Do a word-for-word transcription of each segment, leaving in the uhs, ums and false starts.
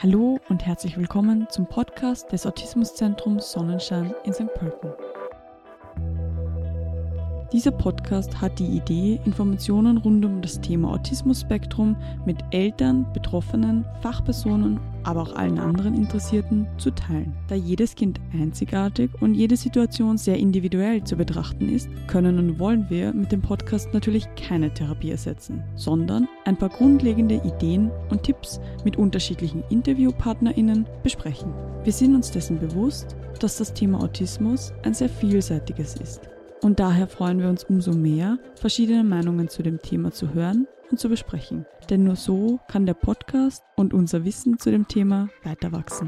Hallo und herzlich willkommen zum Podcast des Autismuszentrums Sonnenschein in Sankt Pölten. Dieser Podcast hat die Idee, Informationen rund um das Thema Autismus-Spektrum mit Eltern, Betroffenen, Fachpersonen, aber auch allen anderen Interessierten zu teilen. Da jedes Kind einzigartig und jede Situation sehr individuell zu betrachten ist, können und wollen wir mit dem Podcast natürlich keine Therapie ersetzen, sondern ein paar grundlegende Ideen und Tipps mit unterschiedlichen InterviewpartnerInnen besprechen. Wir sind uns dessen bewusst, dass das Thema Autismus ein sehr vielseitiges ist. Und daher freuen wir uns umso mehr, verschiedene Meinungen zu dem Thema zu hören und zu besprechen. Denn nur so kann der Podcast und unser Wissen zu dem Thema weiter wachsen.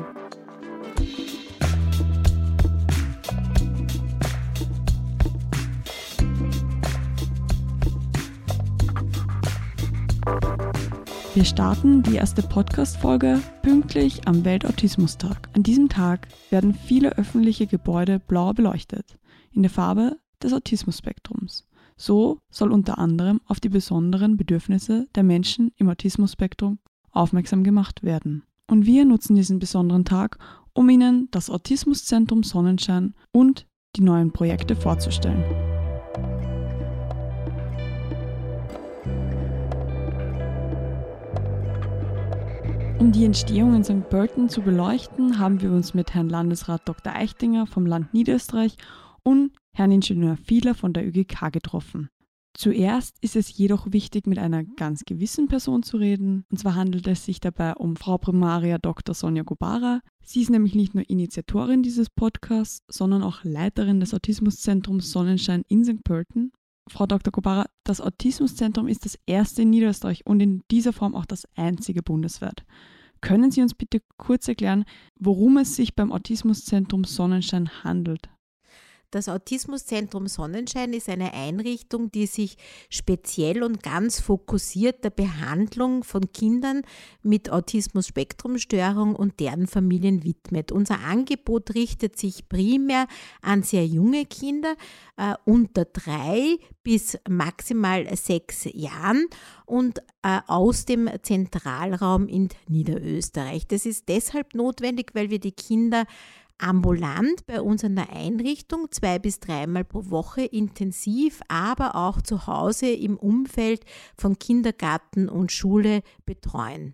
Wir starten die erste Podcast-Folge pünktlich am Weltautismustag. An diesem Tag werden viele öffentliche Gebäude blau beleuchtet, in der Farbe des Autismus-Spektrums. So soll unter anderem auf die besonderen Bedürfnisse der Menschen im Autismus-Spektrum aufmerksam gemacht werden. Und wir nutzen diesen besonderen Tag, um Ihnen das Autismuszentrum Sonnenschein und die neuen Projekte vorzustellen. Um die Entstehung in Sankt Pölten zu beleuchten, haben wir uns mit Herrn Landesrat Doktor Eichtinger vom Land Niederösterreich und Herrn Ingenieur Fiedler von der Ö G K getroffen. Zuerst ist es jedoch wichtig, mit einer ganz gewissen Person zu reden. Und zwar handelt es sich dabei um Frau Primaria Doktor Sonja Gobara. Sie ist nämlich nicht nur Initiatorin dieses Podcasts, sondern auch Leiterin des Autismuszentrums Sonnenschein in Sankt Pölten. Frau Doktor Gobara, das Autismuszentrum ist das erste in Niederösterreich und in dieser Form auch das einzige bundesweit. Können Sie uns bitte kurz erklären, worum es sich beim Autismuszentrum Sonnenschein handelt? Das Autismuszentrum Sonnenschein ist eine Einrichtung, die sich speziell und ganz fokussiert der Behandlung von Kindern mit Autismus-Spektrum-Störung und deren Familien widmet. Unser Angebot richtet sich primär an sehr junge Kinder, äh, unter drei bis maximal sechs Jahren und äh, aus dem Zentralraum in Niederösterreich. Das ist deshalb notwendig, weil wir die Kinder ambulant bei uns in der Einrichtung zwei bis dreimal pro Woche intensiv, aber auch zu Hause im Umfeld von Kindergarten und Schule betreuen.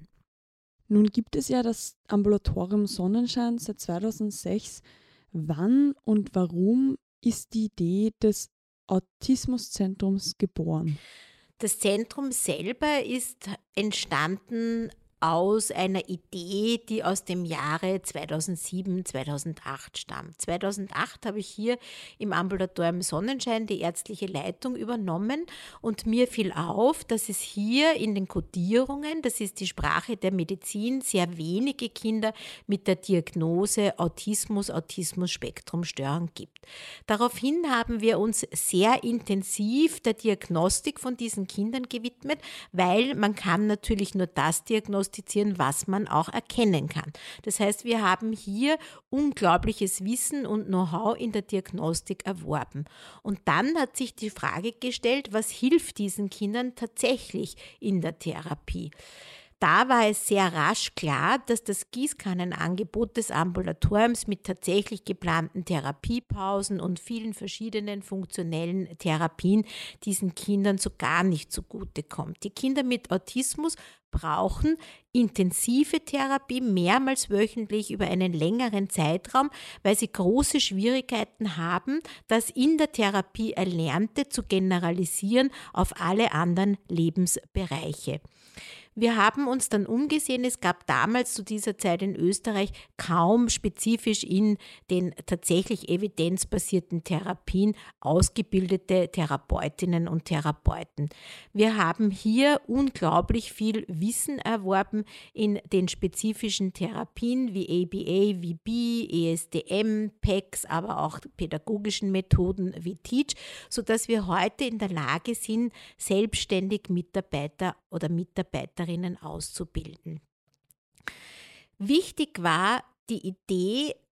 Nun gibt es ja das Ambulatorium Sonnenschein seit zweitausendsechs. Wann und warum ist die Idee des Autismuszentrums geboren? Das Zentrum selber ist entstanden aus einer Idee, die aus dem Jahre zweitausendsieben, zweitausendacht stammt. zweitausendacht habe ich hier im Ambulatorium Sonnenschein die ärztliche Leitung übernommen und mir fiel auf, dass es hier in den Kodierungen, das ist die Sprache der Medizin, sehr wenige Kinder mit der Diagnose Autismus, Autismus-Spektrum-Störung gibt. Daraufhin haben wir uns sehr intensiv der Diagnostik von diesen Kindern gewidmet, weil man kann natürlich nur das diagnostizieren, was man auch erkennen kann. Das heißt, wir haben hier unglaubliches Wissen und Know-how in der Diagnostik erworben. Und dann hat sich die Frage gestellt, was hilft diesen Kindern tatsächlich in der Therapie? Da war es sehr rasch klar, dass das Gießkannenangebot des Ambulatoriums mit tatsächlich geplanten Therapiepausen und vielen verschiedenen funktionellen Therapien diesen Kindern so gar nicht zugutekommt. Die Kinder mit Autismus brauchen intensive Therapie mehrmals wöchentlich über einen längeren Zeitraum, weil sie große Schwierigkeiten haben, das in der Therapie Erlernte zu generalisieren auf alle anderen Lebensbereiche. Wir haben uns dann umgesehen, es gab damals zu dieser Zeit in Österreich kaum spezifisch in den tatsächlich evidenzbasierten Therapien ausgebildete Therapeutinnen und Therapeuten. Wir haben hier unglaublich viel Wissen erworben in den spezifischen Therapien wie A B A, V B, E S D M, P E C S, aber auch pädagogischen Methoden wie Teach, sodass wir heute in der Lage sind, selbstständig Mitarbeiter oder Mitarbeiterinnen auszubilden. Wichtig war die Idee,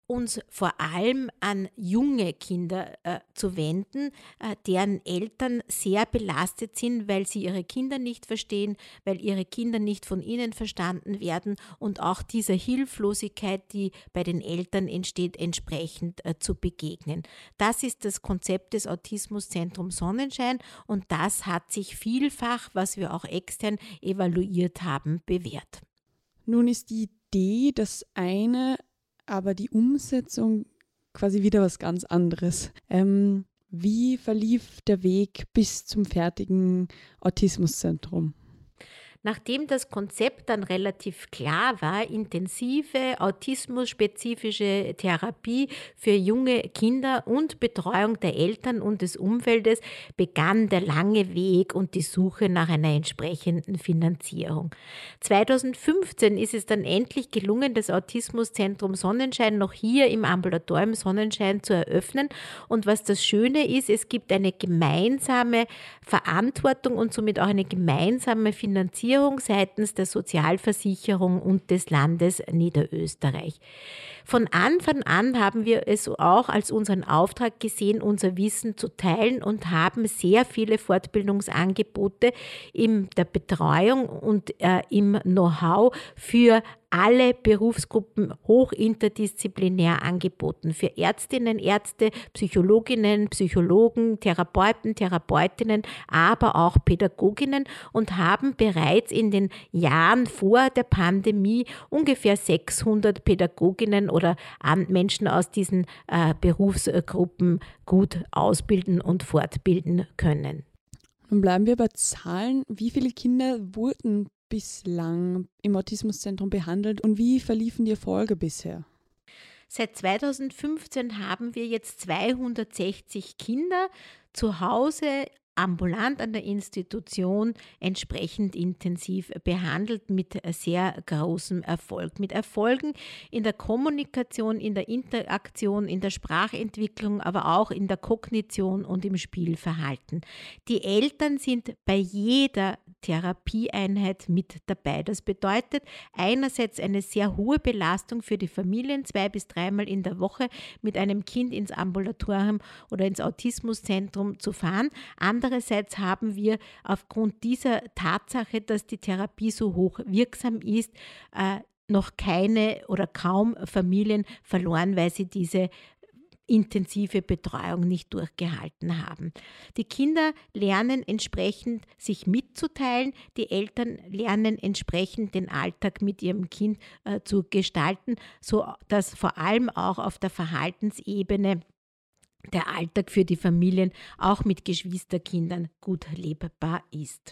uns vor allem an junge Kinder äh, zu wenden, äh, deren Eltern sehr belastet sind, weil sie ihre Kinder nicht verstehen, weil ihre Kinder nicht von ihnen verstanden werden und auch dieser Hilflosigkeit, die bei den Eltern entsteht, entsprechend äh, zu begegnen. Das ist das Konzept des Autismuszentrums Sonnenschein und das hat sich vielfach, was wir auch extern evaluiert haben, bewährt. Nun ist die Idee das eine, aber die Umsetzung quasi wieder was ganz anderes. Ähm, wie verlief der Weg bis zum fertigen Autismuszentrum? Nachdem das Konzept dann relativ klar war, intensive autismusspezifische Therapie für junge Kinder und Betreuung der Eltern und des Umfeldes, begann der lange Weg und die Suche nach einer entsprechenden Finanzierung. zweitausendfünfzehn ist es dann endlich gelungen, das Autismuszentrum Sonnenschein noch hier im Ambulatorium Sonnenschein zu eröffnen. Und was das Schöne ist, es gibt eine gemeinsame Verantwortung und somit auch eine gemeinsame Finanzierung seitens der Sozialversicherung und des Landes Niederösterreich. Von Anfang an haben wir es auch als unseren Auftrag gesehen, unser Wissen zu teilen und haben sehr viele Fortbildungsangebote in der Betreuung und äh, im Know-how für alle Berufsgruppen hochinterdisziplinär angeboten. Für Ärztinnen, Ärzte, Psychologinnen, Psychologen, Therapeuten, Therapeutinnen, aber auch Pädagoginnen und haben bereits in den Jahren vor der Pandemie ungefähr sechshundert Pädagoginnen oder Menschen aus diesen äh, Berufsgruppen gut ausbilden und fortbilden können. Nun bleiben wir bei Zahlen. Wie viele Kinder wurden bislang im Autismuszentrum behandelt und wie verliefen die Erfolge bisher? Seit zweitausendfünfzehn haben wir jetzt zweihundertsechzig Kinder zu Hause ambulant an der Institution entsprechend intensiv behandelt mit sehr großem Erfolg. Mit Erfolgen in der Kommunikation, in der Interaktion, in der Sprachentwicklung, aber auch in der Kognition und im Spielverhalten. Die Eltern sind bei jeder Therapieeinheit mit dabei. Das bedeutet einerseits eine sehr hohe Belastung für die Familien, zwei bis dreimal in der Woche mit einem Kind ins Ambulatorium oder ins Autismuszentrum zu fahren. Andererseits haben wir aufgrund dieser Tatsache, dass die Therapie so hoch wirksam ist, äh, noch keine oder kaum Familien verloren, weil sie diese intensive Betreuung nicht durchgehalten haben. Die Kinder lernen entsprechend sich mitzuteilen, die Eltern lernen entsprechend den Alltag mit ihrem Kind äh, zu gestalten, so dass vor allem auch auf der Verhaltensebene der Alltag für die Familien auch mit Geschwisterkindern gut lebbar ist.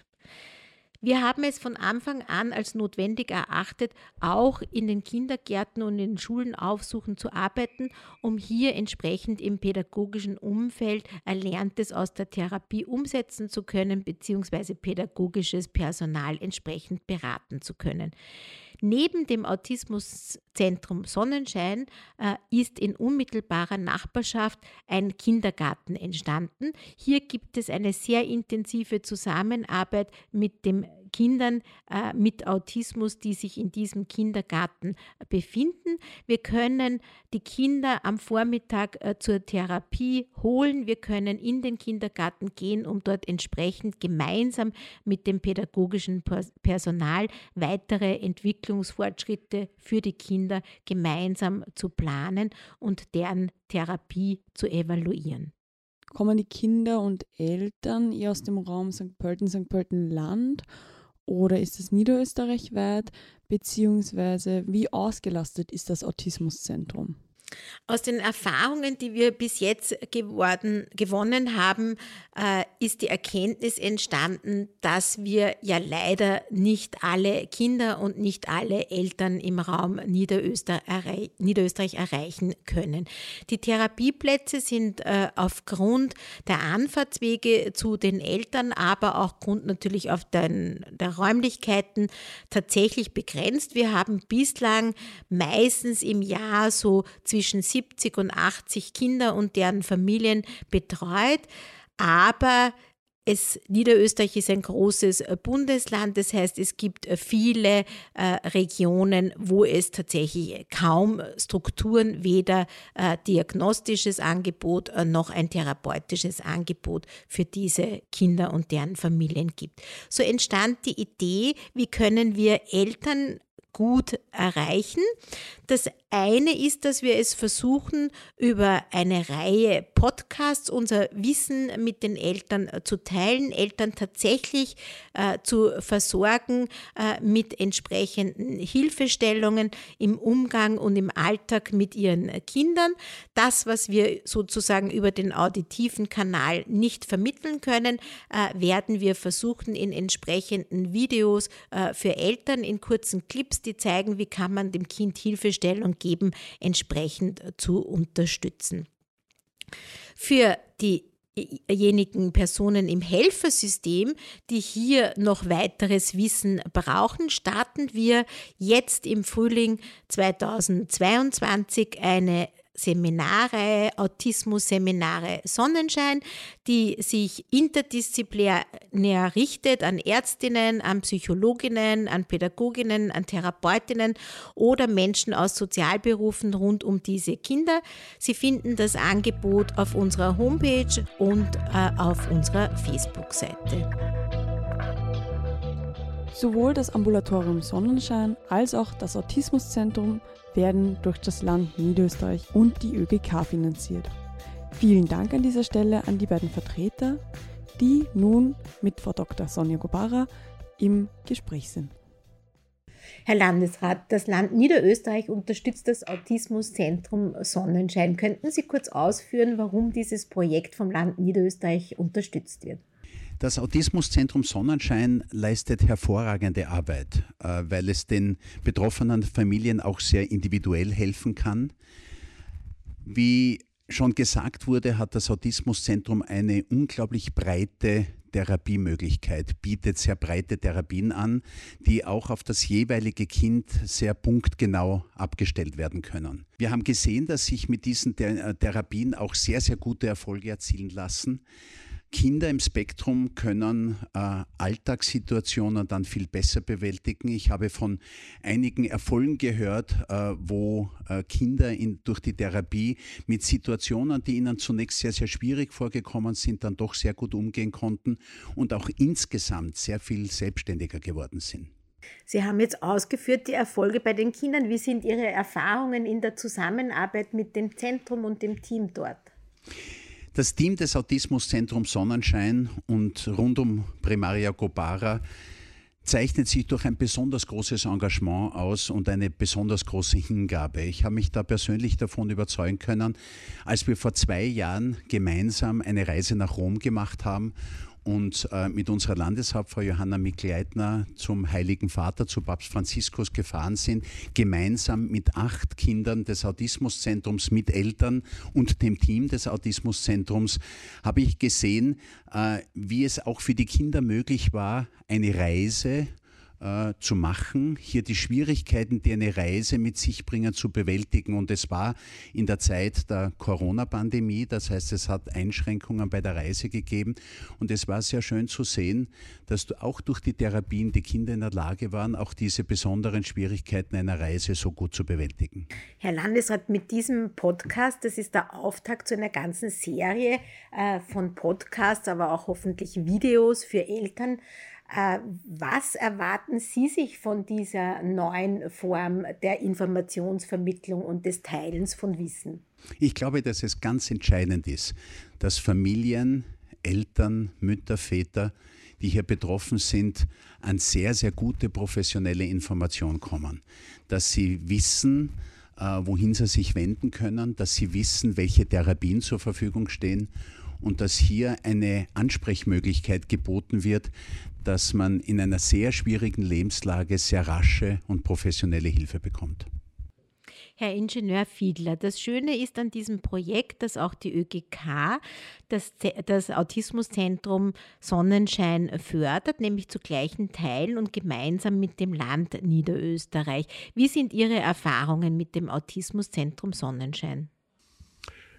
Wir haben es von Anfang an als notwendig erachtet, auch in den Kindergärten und in den Schulen aufsuchen zu arbeiten, um hier entsprechend im pädagogischen Umfeld Erlerntes aus der Therapie umsetzen zu können, beziehungsweise pädagogisches Personal entsprechend beraten zu können. Neben dem Autismuszentrum Sonnenschein äh, ist in unmittelbarer Nachbarschaft ein Kindergarten entstanden. Hier gibt es eine sehr intensive Zusammenarbeit mit den Kindern äh, mit Autismus, die sich in diesem Kindergarten befinden. Wir können die Kinder am Vormittag äh, zur Therapie holen. Wir können in den Kindergarten gehen, um dort entsprechend gemeinsam mit dem pädagogischen Personal weitere Entwicklungsfortschritte für die Kinder gemeinsam zu planen und deren Therapie zu evaluieren. Kommen die Kinder und Eltern eher aus dem Raum Sankt Pölten, Sankt Pölten-Land oder ist es niederösterreichweit, beziehungsweise wie ausgelastet ist das Autismuszentrum? Aus den Erfahrungen, die wir bis jetzt geworden, gewonnen haben, äh, ist die Erkenntnis entstanden, dass wir ja leider nicht alle Kinder und nicht alle Eltern im Raum Niederösterreich, Niederösterreich erreichen können. Die Therapieplätze sind äh, aufgrund der Anfahrtswege zu den Eltern, aber auch Grund natürlich auf den, der Räumlichkeiten tatsächlich begrenzt. Wir haben bislang meistens im Jahr so zwischen zwischen siebzig und achtzig Kinder und deren Familien betreut, aber Es, Niederösterreich ist ein großes Bundesland, das heißt, es gibt viele äh, Regionen, wo es tatsächlich kaum Strukturen, weder äh, diagnostisches Angebot äh, noch ein therapeutisches Angebot für diese Kinder und deren Familien gibt. So entstand die Idee, wie können wir Eltern gut erreichen. Das eine ist, dass wir es versuchen, über eine Reihe Podcasts unser Wissen mit den Eltern zu teilen, Eltern tatsächlich äh, zu versorgen äh, mit entsprechenden Hilfestellungen im Umgang und im Alltag mit ihren Kindern. Das, was wir sozusagen über den auditiven Kanal nicht vermitteln können, äh, werden wir versuchen, in entsprechenden Videos äh, für Eltern in kurzen Clips, die zeigen, wie kann man dem Kind Hilfestellung geben, entsprechend zu unterstützen. Für diejenigen Personen im Helfersystem, die hier noch weiteres Wissen brauchen, starten wir jetzt im Frühling zweitausendzweiundzwanzig eine Seminarreihe, Autismus-Seminare Sonnenschein, die sich interdisziplinär richtet an Ärztinnen, an Psychologinnen, an Pädagoginnen, an Therapeutinnen oder Menschen aus Sozialberufen rund um diese Kinder. Sie finden das Angebot auf unserer Homepage und äh, auf unserer Facebook-Seite. Sowohl das Ambulatorium Sonnenschein als auch das Autismuszentrum werden durch das Land Niederösterreich und die Ö G K finanziert. Vielen Dank an dieser Stelle an die beiden Vertreter, die nun mit Frau Doktor Sonja Gobara im Gespräch sind. Herr Landesrat, das Land Niederösterreich unterstützt das Autismuszentrum Sonnenschein. Könnten Sie kurz ausführen, warum dieses Projekt vom Land Niederösterreich unterstützt wird? Das Autismuszentrum Sonnenschein leistet hervorragende Arbeit, weil es den betroffenen Familien auch sehr individuell helfen kann. Wie schon gesagt wurde, hat das Autismuszentrum eine unglaublich breite Therapiemöglichkeit, bietet sehr breite Therapien an, die auch auf das jeweilige Kind sehr punktgenau abgestellt werden können. Wir haben gesehen, dass sich mit diesen Therapien auch sehr, sehr gute Erfolge erzielen lassen. Kinder im Spektrum können äh, Alltagssituationen dann viel besser bewältigen. Ich habe von einigen Erfolgen gehört, äh, wo äh, Kinder in, durch die Therapie mit Situationen, die ihnen zunächst sehr, sehr schwierig vorgekommen sind, dann doch sehr gut umgehen konnten und auch insgesamt sehr viel selbstständiger geworden sind. Sie haben jetzt ausgeführt die Erfolge bei den Kindern. Wie sind Ihre Erfahrungen in der Zusammenarbeit mit dem Zentrum und dem Team dort? Das Team des Autismuszentrums Sonnenschein und rund um Primaria Gobara zeichnet sich durch ein besonders großes Engagement aus und eine besonders große Hingabe. Ich habe mich da persönlich davon überzeugen können, als wir vor zwei Jahren gemeinsam eine Reise nach Rom gemacht haben und äh, mit unserer Landeshauptfrau Johanna Mikl-Leitner zum Heiligen Vater, zu Papst Franziskus gefahren sind, gemeinsam mit acht Kindern des Autismuszentrums, mit Eltern und dem Team des Autismuszentrums, habe ich gesehen, äh, wie es auch für die Kinder möglich war, eine Reise äh, zu machen, hier die Schwierigkeiten, die eine Reise mit sich bringen, zu bewältigen. Und es war in der Zeit der Corona-Pandemie, das heißt, es hat Einschränkungen bei der Reise gegeben. Und es war sehr schön zu sehen, dass auch durch die Therapien die Kinder in der Lage waren, auch diese besonderen Schwierigkeiten einer Reise so gut zu bewältigen. Herr Landesrat, mit diesem Podcast, das ist der Auftakt zu einer ganzen Serie äh, von Podcasts, aber auch hoffentlich Videos für Eltern. Was erwarten Sie sich von dieser neuen Form der Informationsvermittlung und des Teilens von Wissen? Ich glaube, dass es ganz entscheidend ist, dass Familien, Eltern, Mütter, Väter, die hier betroffen sind, an sehr, sehr gute professionelle Information kommen. Dass sie wissen, wohin sie sich wenden können, dass sie wissen, welche Therapien zur Verfügung stehen und dass hier eine Ansprechmöglichkeit geboten wird, dass man in einer sehr schwierigen Lebenslage sehr rasche und professionelle Hilfe bekommt. Herr Ingenieur Fiedler, das Schöne ist an diesem Projekt, dass auch die Ö G K das, das Autismuszentrum Sonnenschein fördert, nämlich zu gleichen Teilen und gemeinsam mit dem Land Niederösterreich. Wie sind Ihre Erfahrungen mit dem Autismuszentrum Sonnenschein?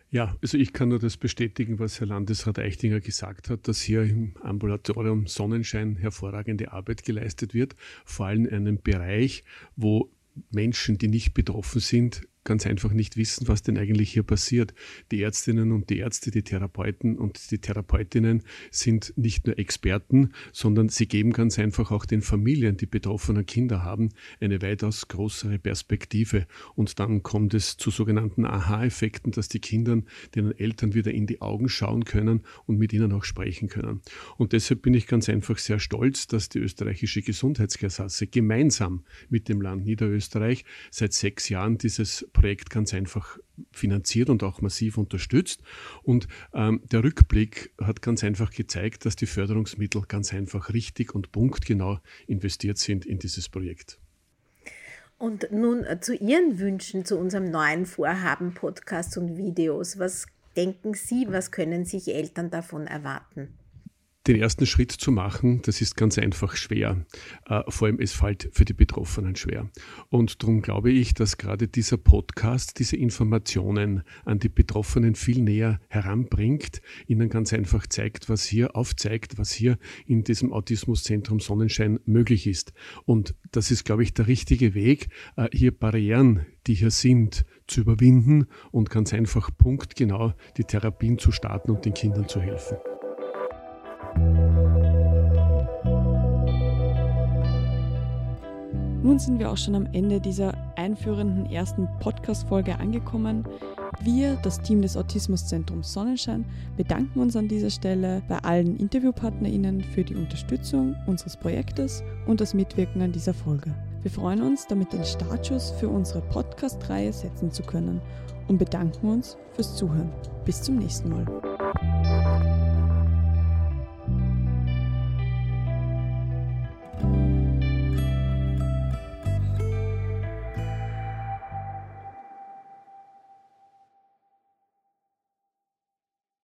Ja, also ich kann nur das bestätigen, was Herr Landesrat Eichtinger gesagt hat, dass hier im Ambulatorium Sonnenschein hervorragende Arbeit geleistet wird, vor allem in einem Bereich, wo Menschen, die nicht betroffen sind, ganz einfach nicht wissen, was denn eigentlich hier passiert. Die Ärztinnen und die Ärzte, die Therapeuten und die Therapeutinnen sind nicht nur Experten, sondern sie geben ganz einfach auch den Familien, die betroffene Kinder haben, eine weitaus größere Perspektive. Und dann kommt es zu sogenannten Aha-Effekten, dass die Kinder den Eltern wieder in die Augen schauen können und mit ihnen auch sprechen können. Und deshalb bin ich ganz einfach sehr stolz, dass die österreichische Gesundheitskasse gemeinsam mit dem Land Niederösterreich seit sechs Jahren dieses Projekt ganz einfach finanziert und auch massiv unterstützt. Und ähm, der Rückblick hat ganz einfach gezeigt, dass die Förderungsmittel ganz einfach richtig und punktgenau investiert sind in dieses Projekt. Und nun zu Ihren Wünschen, zu unserem neuen Vorhaben, Podcasts und Videos. Was denken Sie, was können sich Eltern davon erwarten? Den ersten Schritt zu machen, das ist ganz einfach schwer. Äh, vor allem, es fällt für die Betroffenen schwer. Und darum glaube ich, dass gerade dieser Podcast diese Informationen an die Betroffenen viel näher heranbringt, ihnen ganz einfach zeigt, was hier aufzeigt, was hier in diesem Autismuszentrum Sonnenschein möglich ist. Und das ist, glaube ich, der richtige Weg, äh, hier Barrieren, die hier sind, zu überwinden und ganz einfach punktgenau die Therapien zu starten und den Kindern zu helfen. Nun sind wir auch schon am Ende dieser einführenden ersten Podcast-Folge angekommen. Wir, das Team des Autismuszentrums Sonnenschein, bedanken uns an dieser Stelle bei allen InterviewpartnerInnen für die Unterstützung unseres Projektes und das Mitwirken an dieser Folge. Wir freuen uns, damit den Startschuss für unsere Podcast-Reihe setzen zu können und bedanken uns fürs Zuhören. Bis zum nächsten Mal.